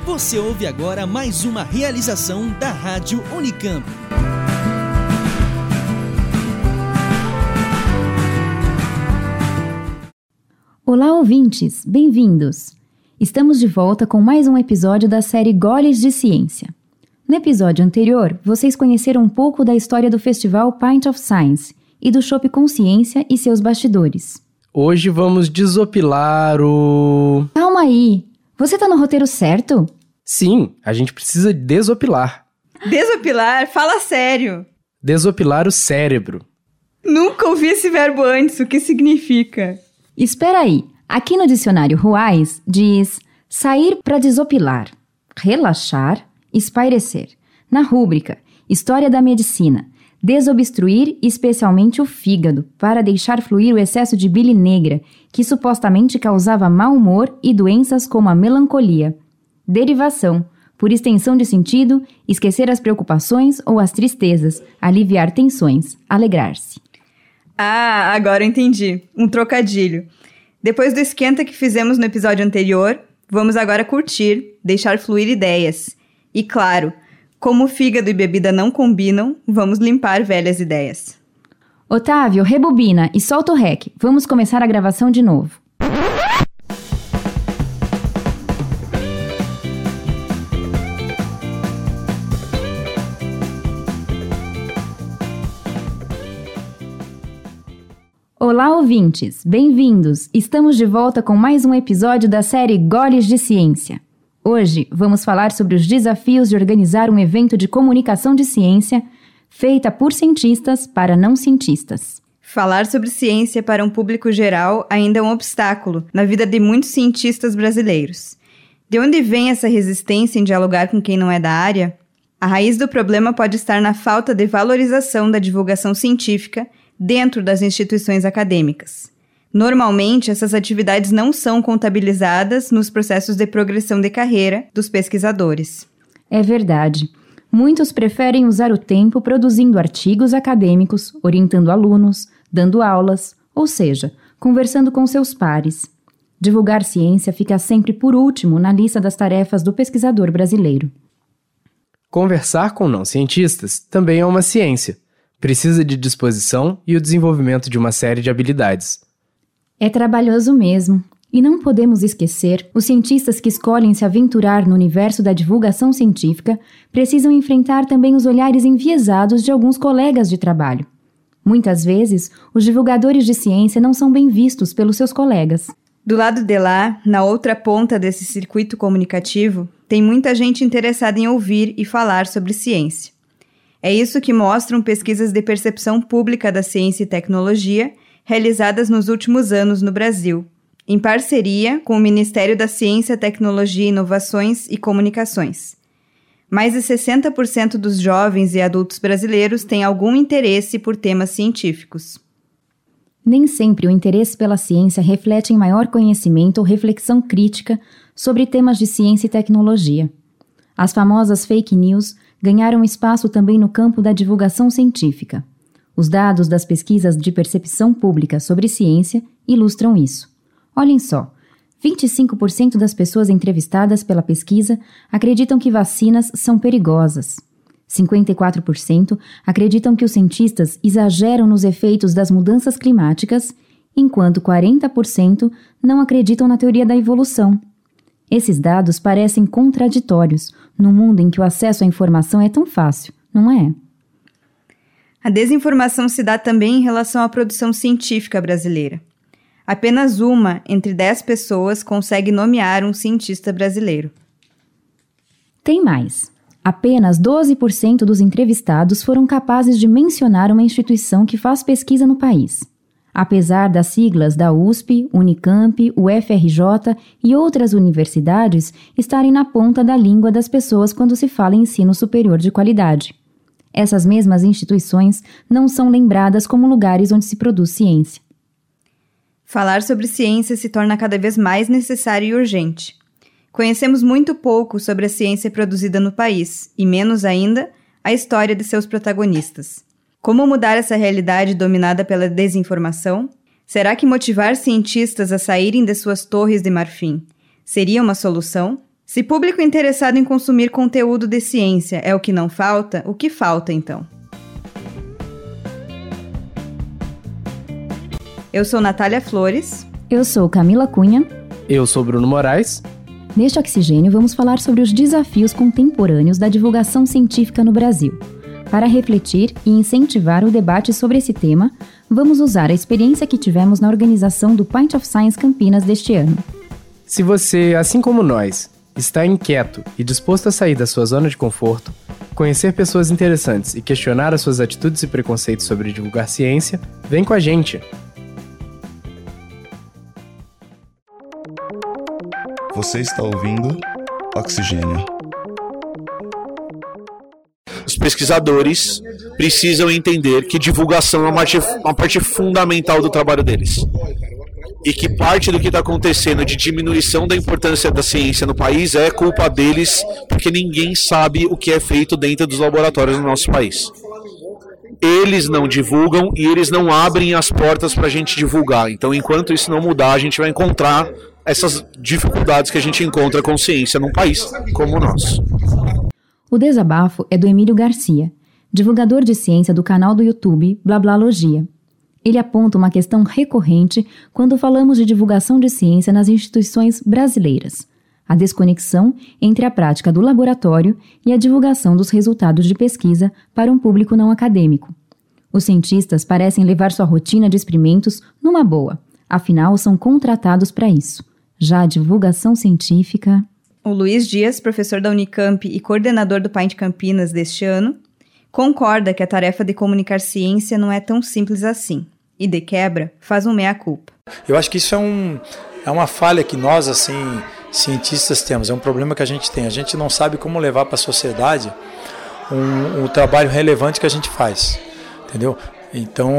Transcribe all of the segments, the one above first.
Você ouve agora mais uma realização da Rádio Unicamp. Olá, ouvintes! Bem-vindos! Estamos de volta com mais um episódio da série Goles de Ciência. No episódio anterior, vocês conheceram um pouco da história do festival Pint of Science e do Chopp Consciência e seus bastidores. Hoje vamos desopilar o... Calma aí! Você tá no roteiro certo? Sim, a gente precisa desopilar. Desopilar? Fala sério! Desopilar o cérebro. Nunca ouvi esse verbo antes, o que significa? Espera aí, aqui no dicionário Ruais diz sair para desopilar, relaxar, espairecer. Na rúbrica História da Medicina, desobstruir especialmente o fígado para deixar fluir o excesso de bile negra, que supostamente causava mau humor e doenças como a melancolia. Derivação, por extensão de sentido, esquecer as preocupações ou as tristezas, aliviar tensões, alegrar-se. Ah, agora eu entendi. Um trocadilho. Depois do esquenta que fizemos no episódio anterior, vamos agora curtir, deixar fluir ideias. E claro, como fígado e bebida não combinam, vamos limpar velhas ideias. Otávio, rebobina e solta o rec. Vamos começar a gravação de novo. Olá, ouvintes! Bem-vindos! Estamos de volta com mais um episódio da série Goles de Ciência. Hoje vamos falar sobre os desafios de organizar um evento de comunicação de ciência feita por cientistas para não cientistas. Falar sobre ciência para um público geral ainda é um obstáculo na vida de muitos cientistas brasileiros. De onde vem essa resistência em dialogar com quem não é da área? A raiz do problema pode estar na falta de valorização da divulgação científica dentro das instituições acadêmicas. Normalmente, essas atividades não são contabilizadas nos processos de progressão de carreira dos pesquisadores. É verdade. Muitos preferem usar o tempo produzindo artigos acadêmicos, orientando alunos, dando aulas, ou seja, conversando com seus pares. Divulgar ciência fica sempre por último na lista das tarefas do pesquisador brasileiro. Conversar com não cientistas também é uma ciência. Precisa de disposição e o desenvolvimento de uma série de habilidades. É trabalhoso mesmo. E não podemos esquecer, os cientistas que escolhem se aventurar no universo da divulgação científica precisam enfrentar também os olhares enviesados de alguns colegas de trabalho. Muitas vezes, os divulgadores de ciência não são bem vistos pelos seus colegas. Do lado de lá, na outra ponta desse circuito comunicativo, tem muita gente interessada em ouvir e falar sobre ciência. É isso que mostram pesquisas de percepção pública da ciência e tecnologia realizadas nos últimos anos no Brasil, em parceria com o Ministério da Ciência, Tecnologia, Inovações e Comunicações. Mais de 60% dos jovens e adultos brasileiros têm algum interesse por temas científicos. Nem sempre o interesse pela ciência reflete em maior conhecimento ou reflexão crítica sobre temas de ciência e tecnologia. As famosas fake news ganharam espaço também no campo da divulgação científica. Os dados das pesquisas de percepção pública sobre ciência ilustram isso. Olhem só, 25% das pessoas entrevistadas pela pesquisa acreditam que vacinas são perigosas. 54% acreditam que os cientistas exageram nos efeitos das mudanças climáticas, enquanto 40% não acreditam na teoria da evolução. Esses dados parecem contraditórios num mundo em que o acesso à informação é tão fácil, não é? A desinformação se dá também em relação à produção científica brasileira. Apenas uma entre 10 pessoas consegue nomear um cientista brasileiro. Tem mais. Apenas 12% dos entrevistados foram capazes de mencionar uma instituição que faz pesquisa no país. Apesar das siglas da USP, Unicamp, UFRJ e outras universidades estarem na ponta da língua das pessoas quando se fala em ensino superior de qualidade. Essas mesmas instituições não são lembradas como lugares onde se produz ciência. Falar sobre ciência se torna cada vez mais necessário e urgente. Conhecemos muito pouco sobre a ciência produzida no país e, menos ainda, a história de seus protagonistas. Como mudar essa realidade dominada pela desinformação? Será que motivar cientistas a saírem de suas torres de marfim seria uma solução? Se público interessado em consumir conteúdo de ciência é o que não falta, o que falta então? Eu sou Natália Flores. Eu sou Camila Cunha. Eu sou Bruno Moraes. Neste Oxigênio vamos falar sobre os desafios contemporâneos da divulgação científica no Brasil. Para refletir e incentivar o debate sobre esse tema, vamos usar a experiência que tivemos na organização do Pint of Science Campinas deste ano. Se você, assim como nós, está inquieto e disposto a sair da sua zona de conforto, conhecer pessoas interessantes e questionar as suas atitudes e preconceitos sobre divulgar ciência, vem com a gente! Você está ouvindo Oxigênio. Os pesquisadores precisam entender que divulgação é uma parte fundamental do trabalho deles. E que parte do que está acontecendo de diminuição da importância da ciência no país é culpa deles, porque ninguém sabe o que é feito dentro dos laboratórios no nosso país. Eles não divulgam e eles não abrem as portas para a gente divulgar. Então, enquanto isso não mudar, a gente vai encontrar essas dificuldades que a gente encontra com ciência num país como o nosso. O desabafo é do Emílio Garcia, divulgador de ciência do canal do YouTube Blablalogia. Ele aponta uma questão recorrente quando falamos de divulgação de ciência nas instituições brasileiras: a desconexão entre a prática do laboratório e a divulgação dos resultados de pesquisa para um público não acadêmico. Os cientistas parecem levar sua rotina de experimentos numa boa, afinal são contratados para isso. Já a divulgação científica... O Luiz Dias, professor da Unicamp e coordenador do Pint Campinas deste ano, concorda que a tarefa de comunicar ciência não é tão simples assim, e de quebra faz um meia-culpa. Eu acho que isso é uma falha que nós, assim, cientistas temos, é um problema que a gente tem. A gente não sabe como levar para a sociedade um trabalho relevante que a gente faz, entendeu? Então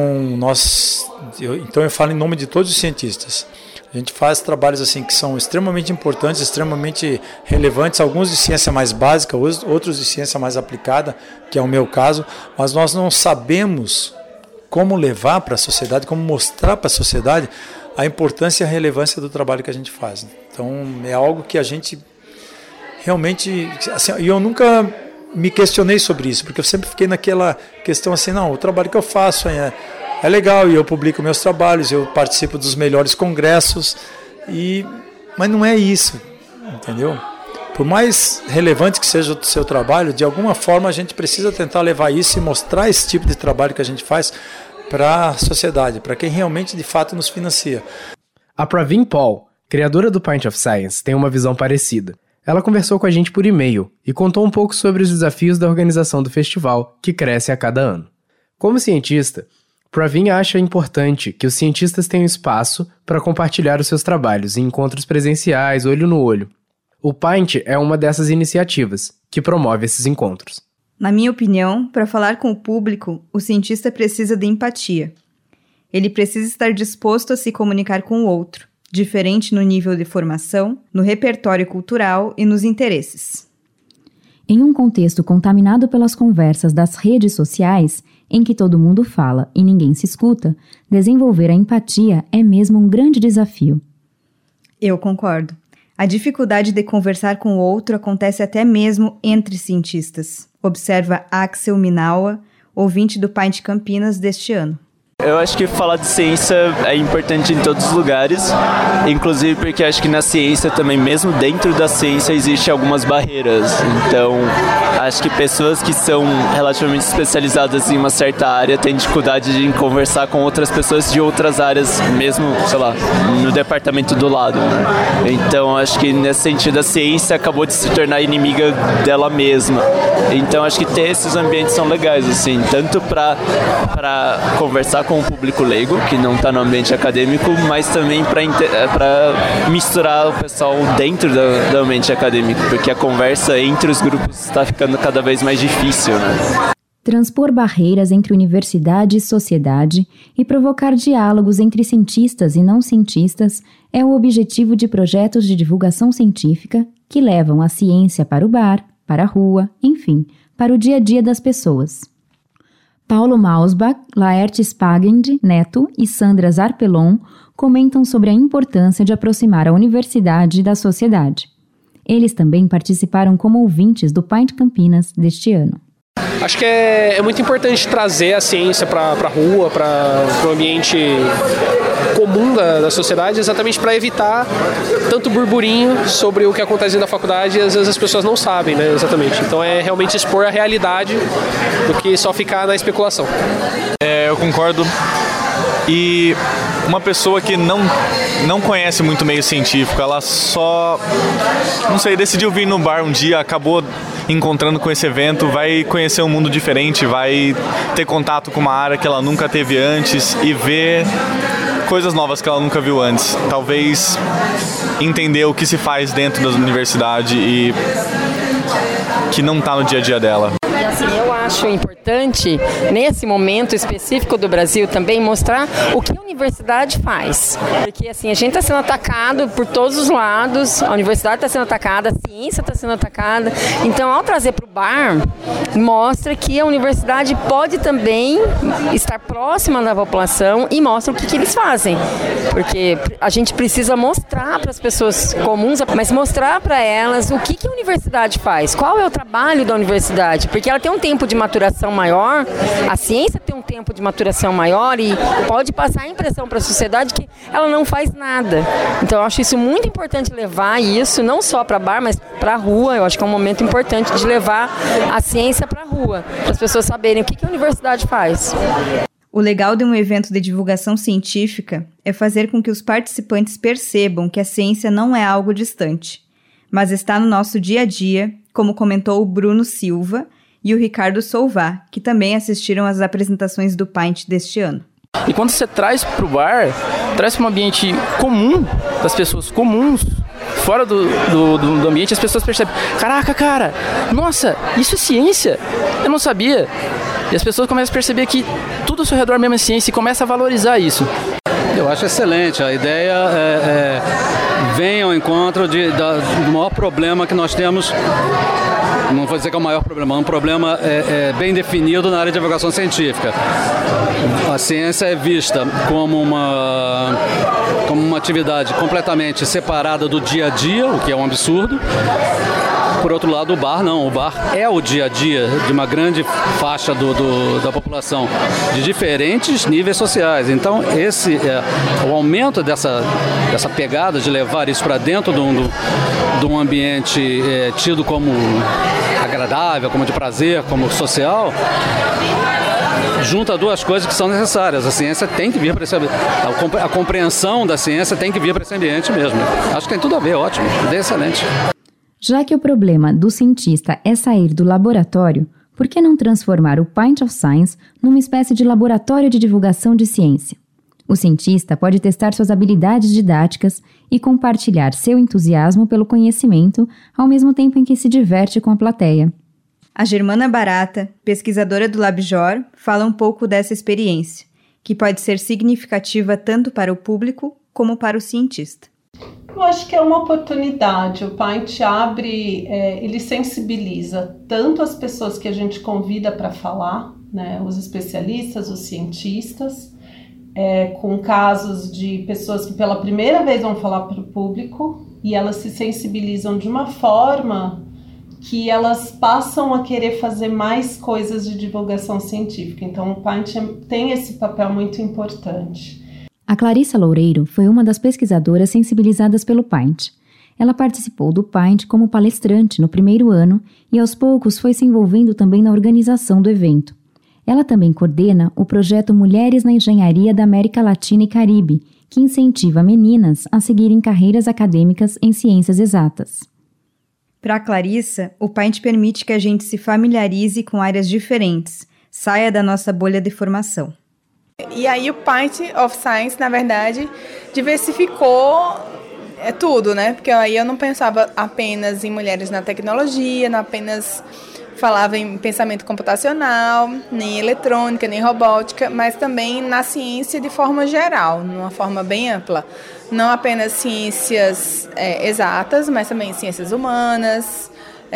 eu falo em nome de todos os cientistas. A gente faz trabalhos assim que são extremamente importantes, extremamente relevantes, alguns de ciência mais básica, outros de ciência mais aplicada, que é o meu caso, mas nós não sabemos como levar para a sociedade, como mostrar para a sociedade a importância e a relevância do trabalho que a gente faz. Então é algo que a gente realmente... Assim, eu nunca me questionei sobre isso, porque eu sempre fiquei naquela questão assim, não, o trabalho que eu faço é legal e eu publico meus trabalhos, eu participo dos melhores congressos, mas não é isso, entendeu? Por mais relevante que seja o seu trabalho, de alguma forma a gente precisa tentar levar isso e mostrar esse tipo de trabalho que a gente faz para a sociedade, para quem realmente de fato nos financia. A Praveen Paul, criadora do Pint of Science, tem uma visão parecida. Ela conversou com a gente por e-mail e contou um pouco sobre os desafios da organização do festival, que cresce a cada ano. Como cientista, Praveen acha importante que os cientistas tenham espaço para compartilhar os seus trabalhos em encontros presenciais, olho no olho. O Pint é uma dessas iniciativas, que promove esses encontros. Na minha opinião, para falar com o público, o cientista precisa de empatia. Ele precisa estar disposto a se comunicar com o outro, diferente no nível de formação, no repertório cultural e nos interesses. Em um contexto contaminado pelas conversas das redes sociais, em que todo mundo fala e ninguém se escuta, desenvolver a empatia é mesmo um grande desafio. Eu concordo. A dificuldade de conversar com o outro acontece até mesmo entre cientistas, observa Axel Minawa, ouvinte do Pint Campinas deste ano. Eu acho que falar de ciência é importante em todos os lugares, inclusive porque acho que na ciência também, mesmo dentro da ciência, existem algumas barreiras. Então, acho que pessoas que são relativamente especializadas em uma certa área têm dificuldade de conversar com outras pessoas de outras áreas, mesmo, sei lá, no departamento do lado. Então, acho que nesse sentido a ciência acabou de se tornar inimiga dela mesma. Então, acho que ter esses ambientes são legais, assim, tanto para conversar com o público leigo, que não está no ambiente acadêmico, mas também para misturar o pessoal dentro do ambiente acadêmico, porque a conversa entre os grupos está ficando cada vez mais difícil, né? Transpor barreiras entre universidade e sociedade e provocar diálogos entre cientistas e não cientistas é o objetivo de projetos de divulgação científica que levam a ciência para o bar, para a rua, enfim, para o dia a dia das pessoas. Paulo Mausbach, Laertes Pagend Neto e Sandra Zarpelon comentam sobre a importância de aproximar a universidade da sociedade. Eles também participaram como ouvintes do Pint Campinas deste ano. Acho que é muito importante trazer a ciência para a rua, para o ambiente comum da sociedade, exatamente para evitar tanto burburinho sobre o que acontece na faculdade e às vezes as pessoas não sabem, né, exatamente. Então é realmente expor a realidade do que só ficar na especulação. Eu concordo. E uma pessoa que não conhece muito o meio científico, ela só, não sei, decidiu vir no bar um dia, acabou encontrando com esse evento, vai conhecer um mundo diferente, vai ter contato com uma área que ela nunca teve antes e ver coisas novas que ela nunca viu antes. Talvez entender o que se faz dentro da universidade e que não está no dia a dia dela. E assim, eu acho importante, nesse momento específico do Brasil, também mostrar o que a universidade faz. Porque assim, a gente está sendo atacado por todos os lados, a universidade está sendo atacada, a ciência está sendo atacada. Então, ao trazer para o bar, mostra que a universidade pode também estar próxima da população e mostra o que eles fazem. Porque a gente precisa mostrar para as pessoas comuns, mas mostrar para elas o que a universidade faz, qual é o trabalho da universidade, porque ela tem um tempo de maturação maior, a ciência tem um tempo de maturação maior e pode passar a impressão para a sociedade que ela não faz nada. Então eu acho isso muito importante, levar isso não só para bar, mas para a rua. Eu acho que é um momento importante de levar a ciência para a rua, para as pessoas saberem o que a universidade faz. O legal de um evento de divulgação científica é fazer com que os participantes percebam que a ciência não é algo distante, mas está no nosso dia a dia, como comentou o Bruno Silva e o Ricardo Souvá, que também assistiram às apresentações do Pint deste ano. E quando você traz para o bar, traz para um ambiente comum, das pessoas comuns, fora do ambiente, as pessoas percebem, caraca, cara, nossa, isso é ciência, eu não sabia. E as pessoas começam a perceber que tudo ao seu redor mesmo é ciência e começam a valorizar isso. Eu acho excelente, a ideia vem ao encontro do maior problema que nós temos. Não vou dizer que é o maior problema, é um problema bem definido na área de divulgação científica. A ciência é vista como uma atividade completamente separada do dia a dia, o que é um absurdo. Por outro lado, o bar não. O bar é o dia a dia de uma grande faixa da população, de diferentes níveis sociais. Então, o aumento dessa pegada de levar isso para dentro de um ambiente tido como agradável, como de prazer, como social, junta duas coisas que são necessárias. A ciência tem que vir para esse ambiente. A compreensão da ciência tem que vir para esse ambiente mesmo. Acho que tem tudo a ver, ótimo, ideia excelente. Já que o problema do cientista é sair do laboratório, por que não transformar o Pint of Science numa espécie de laboratório de divulgação de ciência? O cientista pode testar suas habilidades didáticas e compartilhar seu entusiasmo pelo conhecimento, ao mesmo tempo em que se diverte com a plateia. A Germana Barata, pesquisadora do LabJOR, fala um pouco dessa experiência, que pode ser significativa tanto para o público como para o cientista. Eu acho que é uma oportunidade. O Pint abre, ele sensibiliza tanto as pessoas que a gente convida para falar, né, os especialistas, os cientistas, com casos de pessoas que pela primeira vez vão falar para o público e elas se sensibilizam de uma forma que elas passam a querer fazer mais coisas de divulgação científica. Então o Pint tem esse papel muito importante. A Clarissa Loureiro foi uma das pesquisadoras sensibilizadas pelo Pint. Ela participou do Pint como palestrante no primeiro ano e aos poucos foi se envolvendo também na organização do evento. Ela também coordena o projeto Mulheres na Engenharia da América Latina e Caribe, que incentiva meninas a seguirem carreiras acadêmicas em ciências exatas. Para a Clarissa, o Pint permite que a gente se familiarize com áreas diferentes, saia da nossa bolha de formação. E aí o Pint of Science, na verdade, diversificou tudo, né? Porque aí eu não pensava apenas em mulheres na tecnologia, não apenas falava em pensamento computacional, nem eletrônica, nem robótica, mas também na ciência de forma geral, numa forma bem ampla. Não apenas ciências exatas, mas também ciências humanas,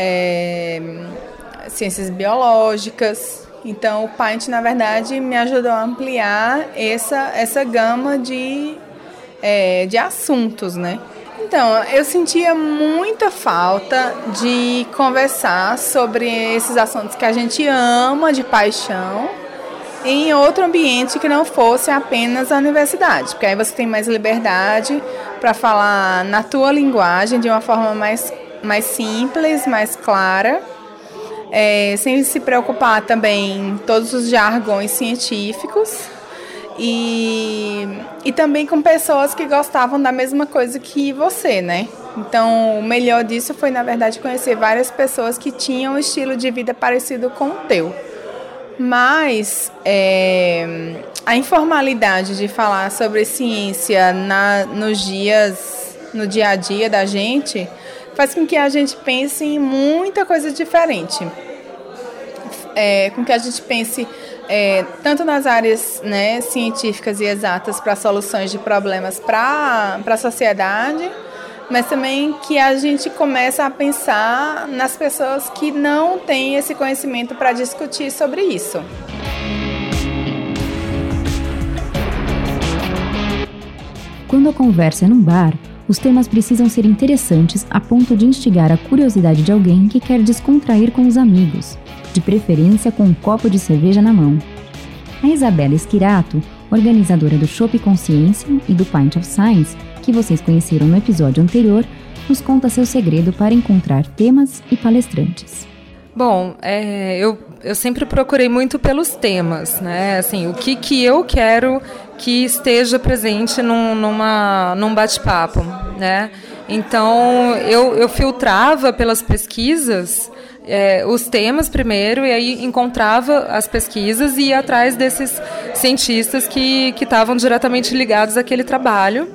ciências biológicas. Então, o Pint, na verdade, me ajudou a ampliar essa gama de assuntos, né? Então, eu sentia muita falta de conversar sobre esses assuntos que a gente ama de paixão em outro ambiente que não fosse apenas a universidade, porque aí você tem mais liberdade para falar na tua linguagem de uma forma mais simples, mais clara, sem se preocupar também em todos os jargões científicos. E também com pessoas que gostavam da mesma coisa que você, né? Então, o melhor disso foi, na verdade, conhecer várias pessoas que tinham um estilo de vida parecido com o teu. Mas a informalidade de falar sobre ciência no dia a dia da gente faz com que a gente pense em muita coisa diferente. Com que a gente pense tanto nas áreas, né, científicas e exatas para soluções de problemas para a sociedade, mas também que a gente começa a pensar nas pessoas que não têm esse conhecimento para discutir sobre isso. Quando a conversa é num bar, os temas precisam ser interessantes a ponto de instigar a curiosidade de alguém que quer descontrair com os amigos, de preferência com um copo de cerveja na mão. A Isabela Schirato, organizadora do Chopp Consciência e do Pint of Science, que vocês conheceram no episódio anterior, nos conta seu segredo para encontrar temas e palestrantes. Bom, eu sempre procurei muito pelos temas, né? Assim, o que eu quero que esteja presente num bate-papo, né? Então, eu filtrava pelas pesquisas os temas primeiro, e aí encontrava as pesquisas e ia atrás desses cientistas que estavam diretamente ligados àquele trabalho.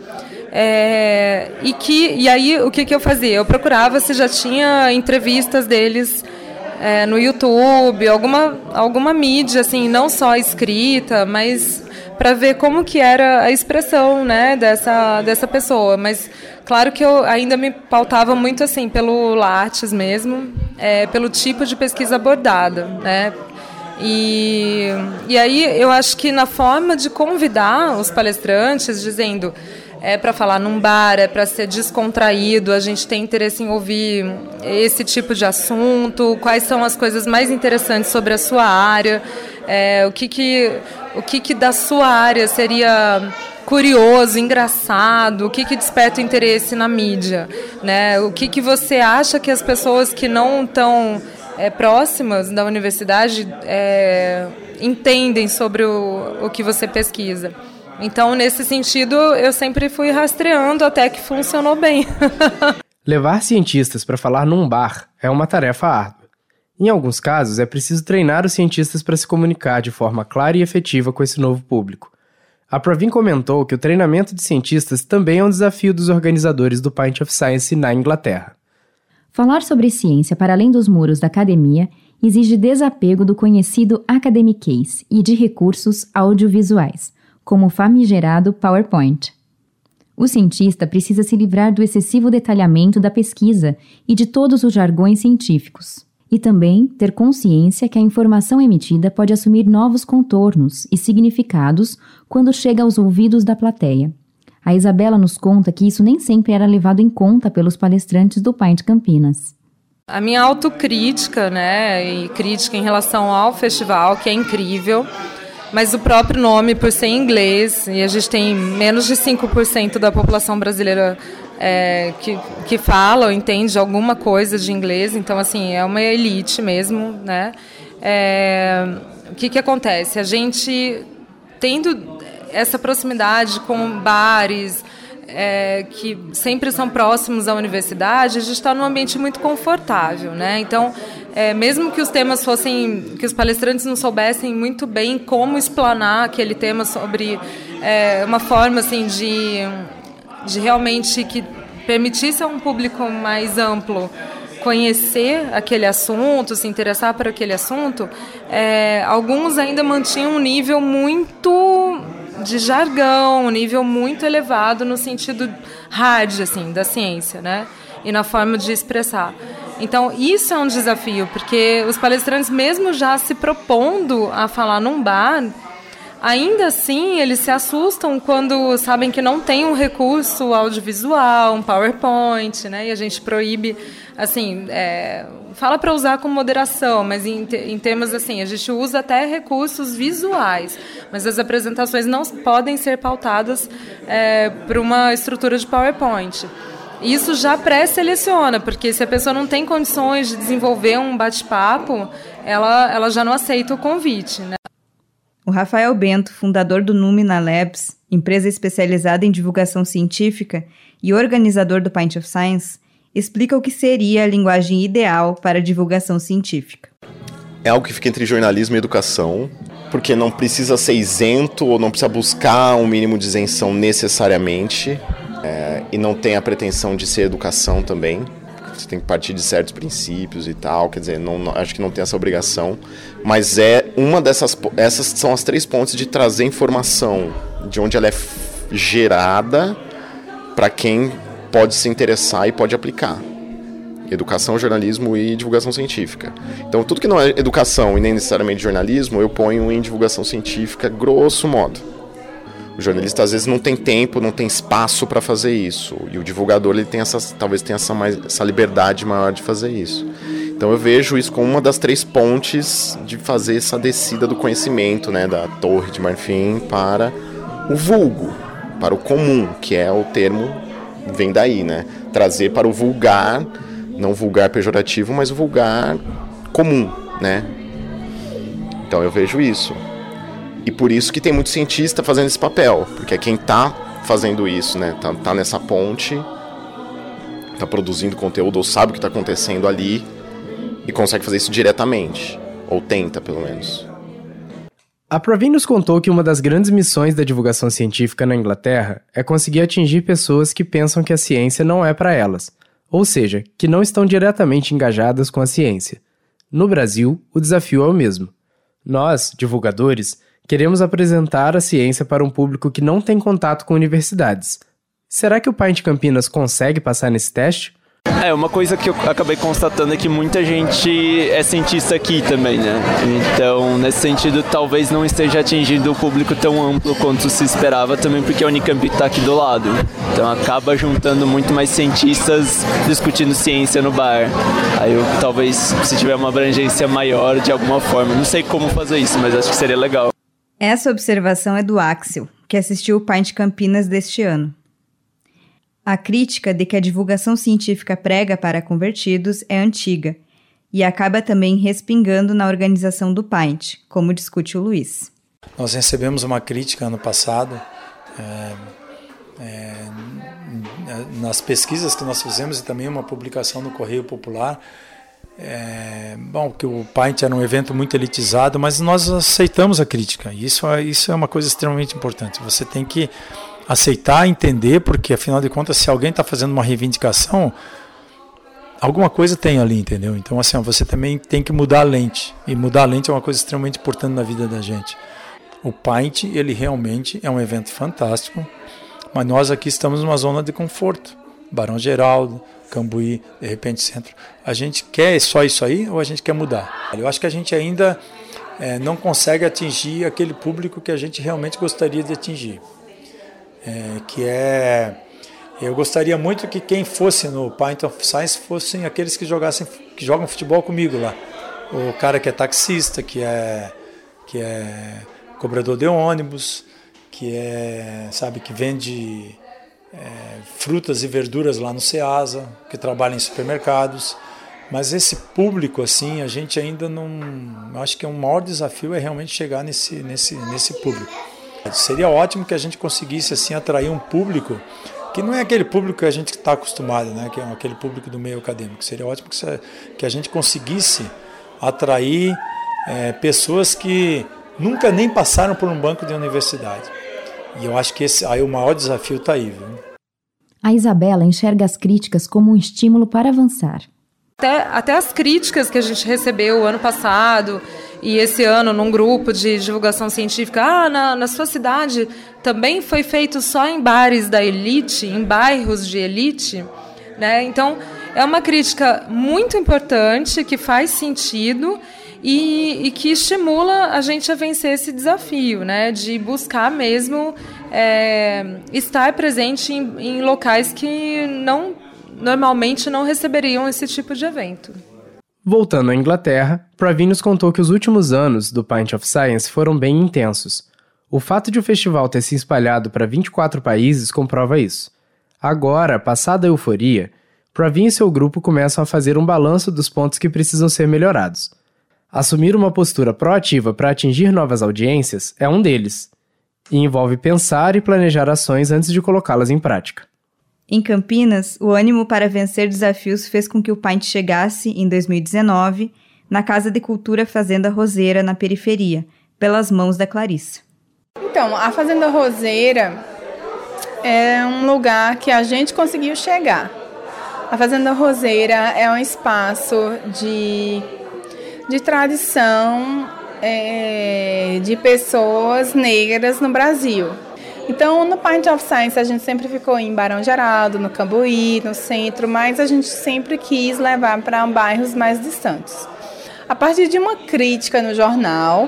E aí, o que eu fazia? Eu procurava se já tinha entrevistas deles no YouTube, alguma mídia, assim, não só escrita, mas para ver como que era a expressão, né, dessa pessoa. Mas claro que eu ainda me pautava muito assim pelo Lattes mesmo, pelo tipo de pesquisa abordada, né? E aí eu acho que na forma de convidar os palestrantes, dizendo para falar num bar, para ser descontraído, a gente tem interesse em ouvir esse tipo de assunto, quais são as coisas mais interessantes sobre a sua área, o que da sua área seria curioso, engraçado, o que desperta interesse na mídia, né? O que você acha que as pessoas que não estão próximas da universidade entendem sobre o que você pesquisa. Então, nesse sentido, eu sempre fui rastreando até que funcionou bem. Levar cientistas para falar num bar é uma tarefa árdua. Em alguns casos, é preciso treinar os cientistas para se comunicar de forma clara e efetiva com esse novo público. A Pravin comentou que o treinamento de cientistas também é um desafio dos organizadores do Pint of Science na Inglaterra. Falar sobre ciência para além dos muros da academia exige desapego do conhecido academiquez e de recursos audiovisuais, como o famigerado PowerPoint. O cientista precisa se livrar do excessivo detalhamento da pesquisa e de todos os jargões científicos, e também ter consciência que a informação emitida pode assumir novos contornos e significados quando chega aos ouvidos da plateia. A Isabela nos conta que isso nem sempre era levado em conta pelos palestrantes do Pint Campinas. A minha autocrítica, né, e crítica em relação ao festival, que é incrível, mas o próprio nome, por ser em inglês, e a gente tem menos de 5% da população brasileira que fala ou entende alguma coisa de inglês, então, assim, é uma elite mesmo, né? O que acontece? A gente, tendo essa proximidade com bares que sempre são próximos à universidade, a gente está num ambiente muito confortável, né? Então, mesmo que os temas fossem, que os palestrantes não soubessem muito bem como explanar aquele tema sobre uma forma assim de realmente que permitisse a um público mais amplo conhecer aquele assunto, se interessar por aquele assunto, alguns ainda mantinham um nível muito de jargão, um nível muito elevado no sentido hard, assim, da ciência, né? E na forma de expressar. Então, isso é um desafio, porque os palestrantes, mesmo já se propondo a falar num bar, Ainda assim, eles se assustam quando sabem que não tem um recurso audiovisual, um PowerPoint, né? E a gente proíbe, assim, fala para usar com moderação, mas em termos assim, a gente usa até recursos visuais, mas as apresentações não podem ser pautadas por uma estrutura de PowerPoint. Isso já pré-seleciona, porque se a pessoa não tem condições de desenvolver um bate-papo, ela já não aceita o convite, né? O Rafael Bento, fundador do Numina Labs, empresa especializada em divulgação científica e organizador do Pint of Science, explica o que seria a linguagem ideal para a divulgação científica. É algo que fica entre jornalismo e educação, porque não precisa ser isento ou não precisa buscar um mínimo de isenção necessariamente, e não tem a pretensão de ser educação também. Você tem que partir de certos princípios e tal, quer dizer, acho que não tem essa obrigação, mas essas são as 3 pontes de trazer informação de onde ela é gerada para quem pode se interessar e pode aplicar. Educação, jornalismo e divulgação científica. Então, tudo que não é educação e nem necessariamente jornalismo, eu ponho em divulgação científica, grosso modo. O jornalista às vezes não tem tempo, não tem espaço para fazer isso. E o divulgador ele tem talvez tenha essa liberdade maior de fazer isso. Então eu vejo isso como uma das 3 pontes de fazer essa descida do conhecimento, né, da Torre de Marfim para o vulgo, para o comum, que é o termo, vem daí, né? Trazer para o vulgar, não vulgar pejorativo, mas o vulgar comum, né? Então eu vejo isso. E por isso que tem muito cientista fazendo esse papel, porque é quem está fazendo isso, né? Tá nessa ponte, está produzindo conteúdo ou sabe o que está acontecendo ali e consegue fazer isso diretamente, ou tenta pelo menos. A Praveen nos contou que uma das grandes missões da divulgação científica na Inglaterra é conseguir atingir pessoas que pensam que a ciência não é para elas, ou seja, que não estão diretamente engajadas com a ciência. No Brasil, o desafio é o mesmo. Nós, divulgadores, queremos apresentar a ciência para um público que não tem contato com universidades. Será que o Pint Campinas consegue passar nesse teste? Uma coisa que eu acabei constatando é que muita gente é cientista aqui também, né? Então, nesse sentido, talvez não esteja atingindo o público tão amplo quanto se esperava também, porque a Unicamp está aqui do lado. Então, acaba juntando muito mais cientistas discutindo ciência no bar. Aí, talvez, se tiver uma abrangência maior de alguma forma. Não sei como fazer isso, mas acho que seria legal. Essa observação é do Axel, que assistiu o Pint Campinas deste ano. A crítica de que a divulgação científica prega para convertidos é antiga e acaba também respingando na organização do Pint, como discute o Luiz. Nós recebemos uma crítica ano passado, nas pesquisas que nós fizemos e também uma publicação no Correio Popular, que o Pint era um evento muito elitizado, mas nós aceitamos a crítica. Isso é uma coisa extremamente importante. Você tem que aceitar, entender, porque afinal de contas, se alguém está fazendo uma reivindicação, alguma coisa tem ali, entendeu? Então, assim, você também tem que mudar a lente. E mudar a lente é uma coisa extremamente importante na vida da gente. O Pint, ele realmente é um evento fantástico, mas nós aqui estamos numa zona de conforto. Barão Geraldo, Cambuí, de repente Centro. A gente quer só isso aí ou a gente quer mudar? Eu acho que a gente ainda não consegue atingir aquele público que a gente realmente gostaria de atingir. Eu gostaria muito que quem fosse no Pint of Science fossem aqueles que jogam futebol comigo lá. O cara que é taxista, que é cobrador de ônibus, que vende frutas e verduras lá no Ceasa, que trabalha em supermercados. Mas esse público, assim, a gente ainda não... Acho que o maior desafio é realmente chegar nesse público. Seria ótimo que a gente conseguisse assim atrair um público que não é aquele público que a gente está acostumado, né? Que é aquele público do meio acadêmico. Seria ótimo que a gente conseguisse atrair pessoas que nunca nem passaram por um banco de universidade. E eu acho que aí o maior desafio está aí, viu? A Isabela enxerga as críticas como um estímulo para avançar. Até as críticas que a gente recebeu ano passado e esse ano num grupo de divulgação científica, na sua cidade também foi feito só em bares da elite, em bairros de elite, né? Então, é uma crítica muito importante, que faz sentido e que estimula a gente a vencer esse desafio, né, de buscar mesmo estar presente em locais que normalmente não receberiam esse tipo de evento. Voltando à Inglaterra, Praveen nos contou que os últimos anos do Pint of Science foram bem intensos. O fato de o festival ter se espalhado para 24 países comprova isso. Agora, passada a euforia, Praveen e seu grupo começam a fazer um balanço dos pontos que precisam ser melhorados. Assumir uma postura proativa para atingir novas audiências é um deles, e envolve pensar e planejar ações antes de colocá-las em prática. Em Campinas, o ânimo para vencer desafios fez com que o Pint chegasse, em 2019, na Casa de Cultura Fazenda Roseira, na periferia, pelas mãos da Clarissa. Então, a Fazenda Roseira é um lugar que a gente conseguiu chegar. A Fazenda Roseira é um espaço de tradição de pessoas negras no Brasil. Então, no Pint of Science, a gente sempre ficou em Barão Geraldo, no Cambuí, no centro, mas a gente sempre quis levar para bairros mais distantes. A partir de uma crítica no jornal,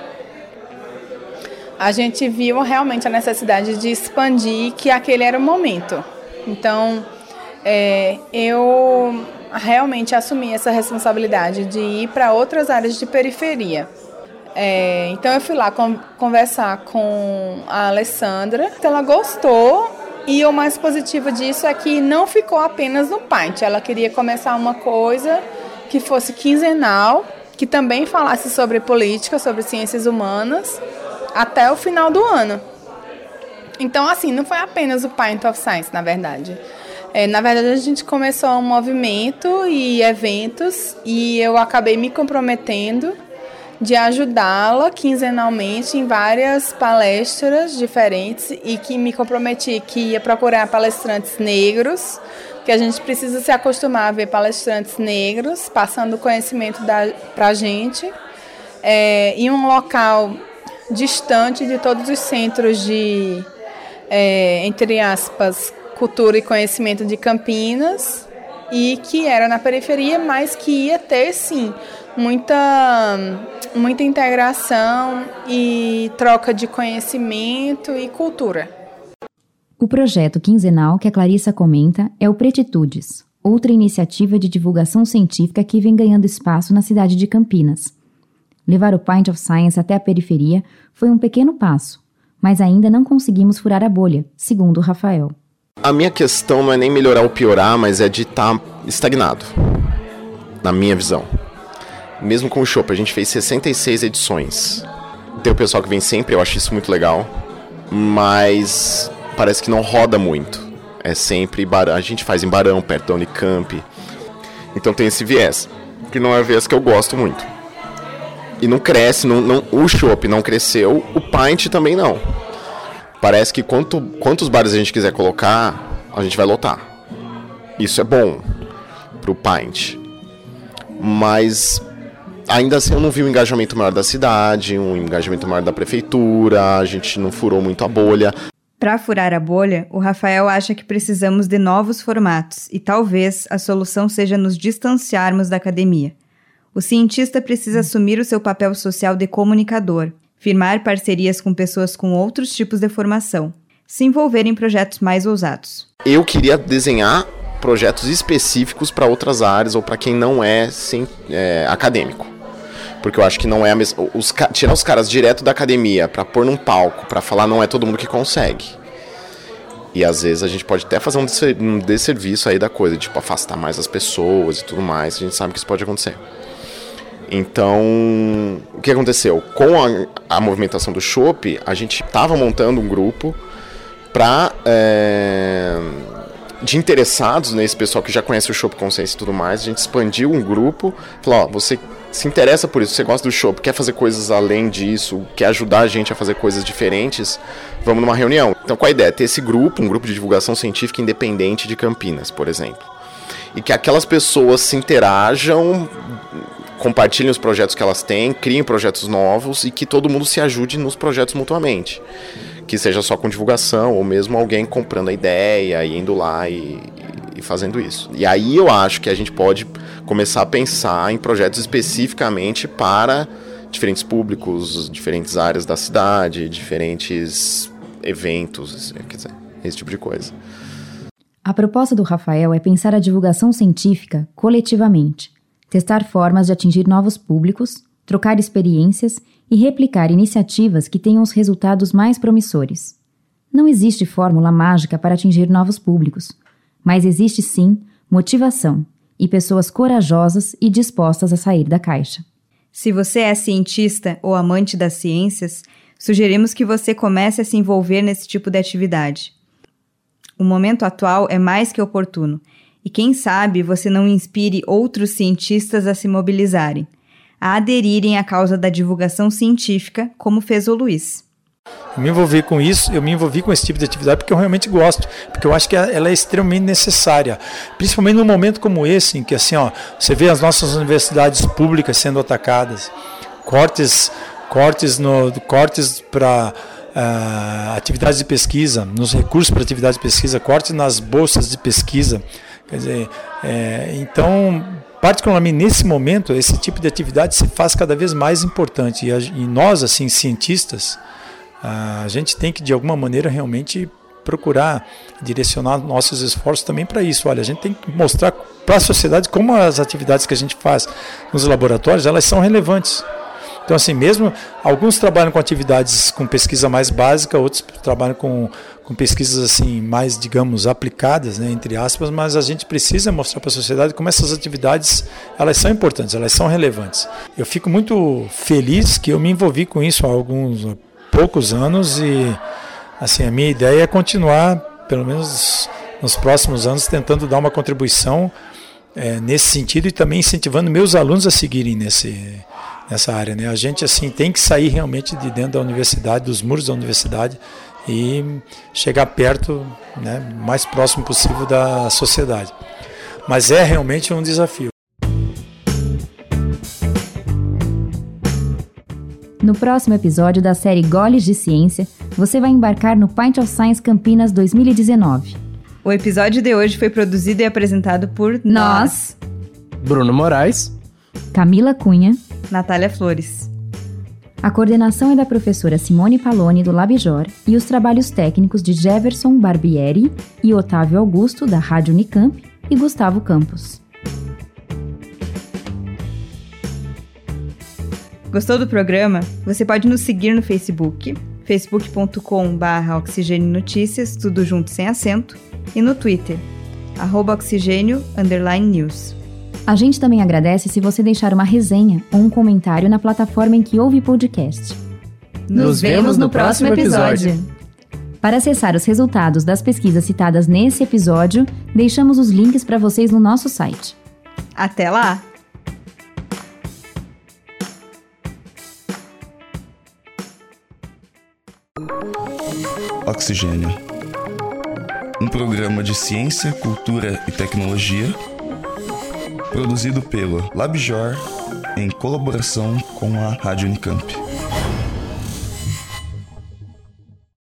a gente viu realmente a necessidade de expandir, que aquele era o momento. Então, eu realmente assumi essa responsabilidade de ir para outras áreas de periferia. Então eu fui lá conversar com a Alessandra, ela gostou, e o mais positivo disso é que não ficou apenas no Pint. Ela queria começar uma coisa que fosse quinzenal, que também falasse sobre política, sobre ciências humanas, até o final do ano. Então, assim, não foi apenas o Pint of Science, na verdade. Na verdade, a gente começou um movimento e eventos, e eu acabei me comprometendo de ajudá-la quinzenalmente em várias palestras diferentes, e que me comprometi que ia procurar palestrantes negros, que a gente precisa se acostumar a ver palestrantes negros passando conhecimento para a gente, em um local distante de todos os centros de, entre aspas, cultura e conhecimento de Campinas, e que era na periferia, mas que ia ter, sim, muita integração e troca de conhecimento e cultura. O projeto quinzenal que a Clarissa comenta é o Pretitudes, outra iniciativa de divulgação científica que vem ganhando espaço na cidade de Campinas. Levar o Pint of Science até a periferia foi um pequeno passo, mas ainda não conseguimos furar a bolha, segundo o Rafael. A minha questão não é nem melhorar ou piorar, mas é de estar estagnado, na minha visão. Mesmo com o Chopp, a gente fez 66 edições. Tem o pessoal que vem sempre, eu acho isso muito legal, mas parece que não roda muito. É sempre a gente faz em Barão, perto da Unicamp. Então tem esse viés, que não é o viés que eu gosto muito. E não cresce, o Chopp não cresceu, o Pint também não. Parece que quantos bares a gente quiser colocar, a gente vai lotar. Isso é bom pro Pint. Mas ainda assim eu não vi um engajamento maior da cidade, um engajamento maior da prefeitura, a gente não furou muito a bolha. Para furar a bolha, o Rafael acha que precisamos de novos formatos, e talvez a solução seja nos distanciarmos da academia. O cientista precisa assumir o seu papel social de comunicador, firmar parcerias com pessoas com outros tipos de formação, se envolver em projetos mais ousados. Eu queria desenhar projetos específicos para outras áreas ou para quem não é acadêmico. Porque eu acho que não é a mesma... tirar os caras direto da academia para pôr num palco, para falar, não é todo mundo que consegue. E às vezes a gente pode até fazer um desserviço aí da coisa, tipo, afastar mais as pessoas e tudo mais, a gente sabe que isso pode acontecer. Então, o que aconteceu? Com a movimentação do Chopp, a gente estava montando um grupo de interessados nesse pessoal que já conhece o Chopp Consciência e tudo mais. A gente expandiu um grupo, falou, você se interessa por isso, você gosta do Chopp, quer fazer coisas além disso, quer ajudar a gente a fazer coisas diferentes, vamos numa reunião. Então, qual a ideia? Ter esse grupo, um grupo de divulgação científica independente de Campinas, por exemplo. E que aquelas pessoas se interajam, compartilhem os projetos que elas têm, criem projetos novos e que todo mundo se ajude nos projetos mutuamente. Que seja só com divulgação ou mesmo alguém comprando a ideia e indo lá e fazendo isso. E aí eu acho que a gente pode começar a pensar em projetos especificamente para diferentes públicos, diferentes áreas da cidade, diferentes eventos, quer dizer, esse tipo de coisa. A proposta do Rafael é pensar a divulgação científica coletivamente, testar formas de atingir novos públicos, trocar experiências e replicar iniciativas que tenham os resultados mais promissores. Não existe fórmula mágica para atingir novos públicos, mas existe sim motivação e pessoas corajosas e dispostas a sair da caixa. Se você é cientista ou amante das ciências, sugerimos que você comece a se envolver nesse tipo de atividade. O momento atual é mais que oportuno, e quem sabe você não inspire outros cientistas a se mobilizarem, a aderirem à causa da divulgação científica, como fez o Luiz. Eu me envolvi com isso, eu me envolvi com esse tipo de atividade porque eu realmente gosto, porque eu acho que ela é extremamente necessária, principalmente num momento como esse, em que assim, você vê as nossas universidades públicas sendo atacadas, cortes para atividades de pesquisa, nos recursos para atividades de pesquisa, cortes nas bolsas de pesquisa, quer dizer, então, particularmente nesse momento, esse tipo de atividade se faz cada vez mais importante, e nós, assim, cientistas, a gente tem que, de alguma maneira, realmente procurar direcionar nossos esforços também para isso. Olha, a gente tem que mostrar para a sociedade como as atividades que a gente faz nos laboratórios, elas são relevantes. Então, assim, mesmo alguns trabalham com atividades com pesquisa mais básica, outros trabalham com pesquisas assim mais, digamos, aplicadas, né, entre aspas, mas a gente precisa mostrar para a sociedade como essas atividades, elas são importantes, elas são relevantes. Eu fico muito feliz que eu me envolvi com isso há poucos anos e, assim, a minha ideia é continuar, pelo menos nos próximos anos, tentando dar uma contribuição nesse sentido e também incentivando meus alunos a seguirem nessa área, né? A gente, assim, tem que sair realmente de dentro da universidade, dos muros da universidade e chegar perto, né, mais próximo possível da sociedade. Mas é realmente um desafio. No próximo episódio da série Goles de Ciência, você vai embarcar no Pint of Science Campinas 2019. O episódio de hoje foi produzido e apresentado por nós, Bruno Moraes, Camila Cunha, Natália Flores. A coordenação é da professora Simone Paloni, do Labjor, e os trabalhos técnicos de Jefferson Barbieri e Otávio Augusto, da Rádio Unicamp, e Gustavo Campos. Gostou do programa? Você pode nos seguir no Facebook, facebook.com/oxigênio-notícias, tudo junto sem acento, e no Twitter, @oxigênio_news. A gente também agradece se você deixar uma resenha ou um comentário na plataforma em que ouve podcast. Nos vemos no próximo episódio. Para acessar os resultados das pesquisas citadas nesse episódio, deixamos os links para vocês no nosso site. Até lá! Oxigênio. Um programa de ciência, cultura e tecnologia produzido pelo Labjor em colaboração com a Rádio Unicamp.